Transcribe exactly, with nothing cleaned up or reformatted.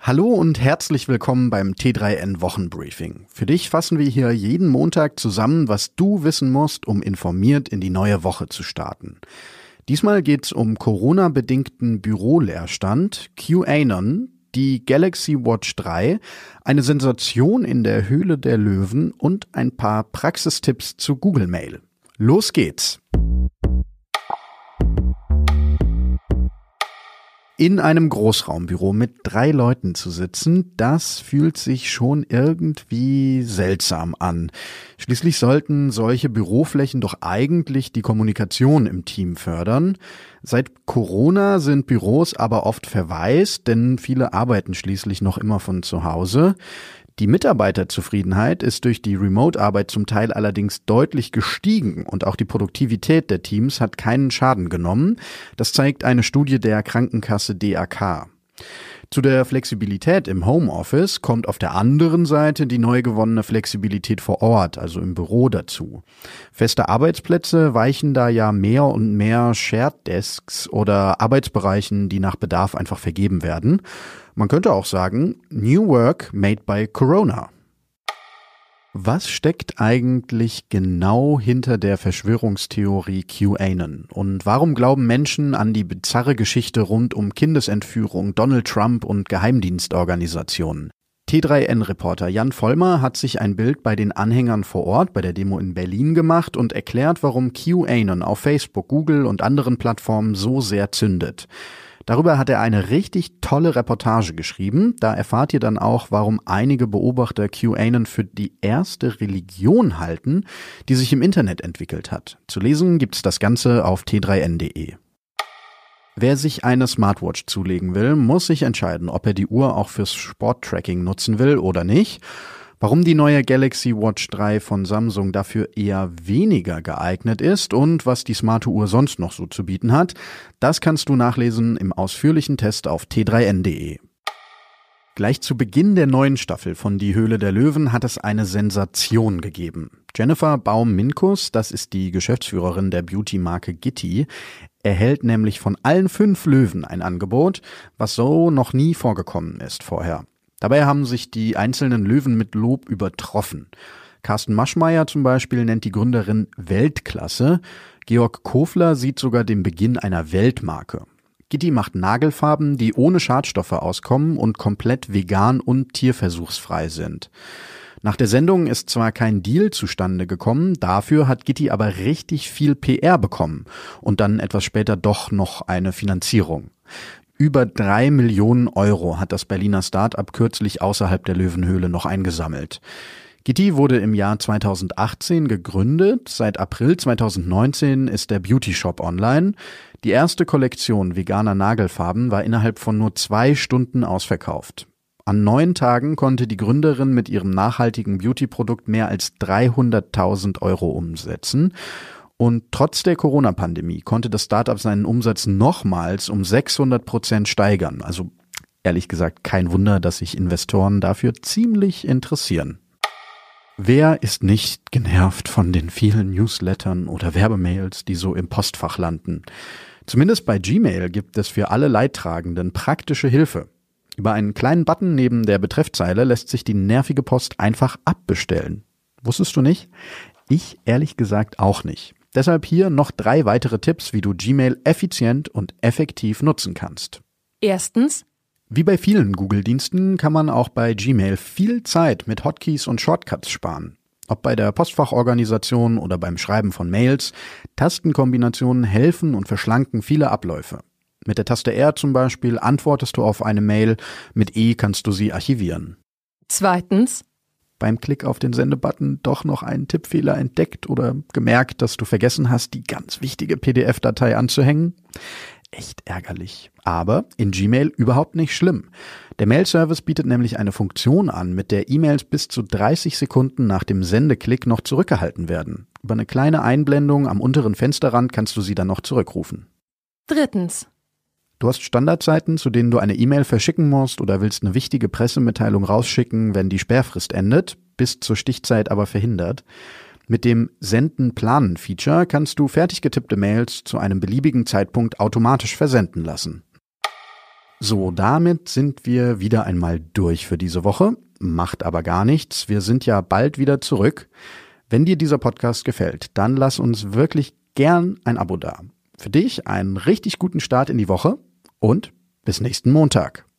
Hallo und herzlich willkommen beim T drei N Wochenbriefing. Für dich fassen wir hier jeden Montag zusammen, was du wissen musst, um informiert in die neue Woche zu starten. Diesmal geht's um Corona-bedingten Büroleerstand, QAnon, die Galaxy Watch drei, eine Sensation in der Höhle der Löwen und ein paar Praxistipps zu Google Mail. Los geht's! In einem Großraumbüro mit drei Leuten zu sitzen, das fühlt sich schon irgendwie seltsam an. Schließlich sollten solche Büroflächen doch eigentlich die Kommunikation im Team fördern. Seit Corona sind Büros aber oft verwaist, denn viele arbeiten schließlich noch immer von zu Hause. Die Mitarbeiterzufriedenheit ist durch die Remote-Arbeit zum Teil allerdings deutlich gestiegen und auch die Produktivität der Teams hat keinen Schaden genommen. Das zeigt eine Studie der Krankenkasse D A K. Zu der Flexibilität im Homeoffice kommt auf der anderen Seite die neu gewonnene Flexibilität vor Ort, also im Büro dazu. Feste Arbeitsplätze weichen da ja mehr und mehr Shared Desks oder Arbeitsbereichen, die nach Bedarf einfach vergeben werden. Man könnte auch sagen, New Work made by Corona. Was steckt eigentlich genau hinter der Verschwörungstheorie QAnon? Und warum glauben Menschen an die bizarre Geschichte rund um Kindesentführung, Donald Trump und Geheimdienstorganisationen? T drei N-Reporter Jan Vollmer hat sich ein Bild bei den Anhängern vor Ort bei der Demo in Berlin gemacht und erklärt, warum QAnon auf Facebook, Google und anderen Plattformen so sehr zündet. Darüber hat er eine richtig tolle Reportage geschrieben. Da erfahrt ihr dann auch, warum einige Beobachter QAnon für die erste Religion halten, die sich im Internet entwickelt hat. Zu lesen gibt's das Ganze auf t drei n punkt de. Wer sich eine Smartwatch zulegen will, muss sich entscheiden, ob er die Uhr auch fürs Sporttracking nutzen will oder nicht. Warum die neue Galaxy Watch drei von Samsung dafür eher weniger geeignet ist und was die smarte Uhr sonst noch so zu bieten hat, das kannst du nachlesen im ausführlichen Test auf t drei n punkt de. Gleich zu Beginn der neuen Staffel von Die Höhle der Löwen hat es eine Sensation gegeben. Jennifer Baum-Minkus, das ist die Geschäftsführerin der Beauty-Marke Gitti, erhält nämlich von allen fünf Löwen ein Angebot, was so noch nie vorgekommen ist vorher. Dabei haben sich die einzelnen Löwen mit Lob übertroffen. Carsten Maschmeyer zum Beispiel nennt die Gründerin Weltklasse. Georg Kofler sieht sogar den Beginn einer Weltmarke. Gitti macht Nagelfarben, die ohne Schadstoffe auskommen und komplett vegan und tierversuchsfrei sind. Nach der Sendung ist zwar kein Deal zustande gekommen, dafür hat Gitti aber richtig viel P R bekommen und dann etwas später doch noch eine Finanzierung. Über drei Millionen Euro hat das Berliner Start-up kürzlich außerhalb der Löwenhöhle noch eingesammelt. Gitti wurde im Jahr zweitausendachtzehn gegründet. Seit April zweitausendneunzehn ist der Beauty-Shop online. Die erste Kollektion veganer Nagelfarben war innerhalb von nur zwei Stunden ausverkauft. An neun Tagen konnte die Gründerin mit ihrem nachhaltigen Beauty-Produkt mehr als dreihunderttausend Euro umsetzen. Und trotz der Corona-Pandemie konnte das Startup seinen Umsatz nochmals um sechshundert Prozent steigern. Also ehrlich gesagt kein Wunder, dass sich Investoren dafür ziemlich interessieren. Wer ist nicht genervt von den vielen Newslettern oder Werbemails, die so im Postfach landen? Zumindest bei Gmail gibt es für alle Leidtragenden praktische Hilfe. Über einen kleinen Button neben der Betreffzeile lässt sich die nervige Post einfach abbestellen. Wusstest du nicht? Ich ehrlich gesagt auch nicht. Deshalb hier noch drei weitere Tipps, wie du Gmail effizient und effektiv nutzen kannst. Erstens. Wie bei vielen Google-Diensten kann man auch bei Gmail viel Zeit mit Hotkeys und Shortcuts sparen. Ob bei der Postfachorganisation oder beim Schreiben von Mails, Tastenkombinationen helfen und verschlanken viele Abläufe. Mit der Taste R zum Beispiel antwortest du auf eine Mail, mit E kannst du sie archivieren. Zweitens. Beim Klick auf den Sendebutton doch noch einen Tippfehler entdeckt oder gemerkt, dass du vergessen hast, die ganz wichtige P D F-Datei anzuhängen? Echt ärgerlich. Aber in Gmail überhaupt nicht schlimm. Der Mail-Service bietet nämlich eine Funktion an, mit der E-Mails bis zu dreißig Sekunden nach dem Sendeklick noch zurückgehalten werden. Über eine kleine Einblendung am unteren Fensterrand kannst du sie dann noch zurückrufen. Drittens. Du hast Standardzeiten, zu denen du eine E-Mail verschicken musst oder willst eine wichtige Pressemitteilung rausschicken, wenn die Sperrfrist endet, bist zur Stichzeit aber verhindert. Mit dem Senden-Planen-Feature kannst du fertig getippte Mails zu einem beliebigen Zeitpunkt automatisch versenden lassen. So, damit sind wir wieder einmal durch für diese Woche. Macht aber gar nichts. Wir sind ja bald wieder zurück. Wenn dir dieser Podcast gefällt, dann lass uns wirklich gern ein Abo da. Für dich einen richtig guten Start in die Woche und bis nächsten Montag.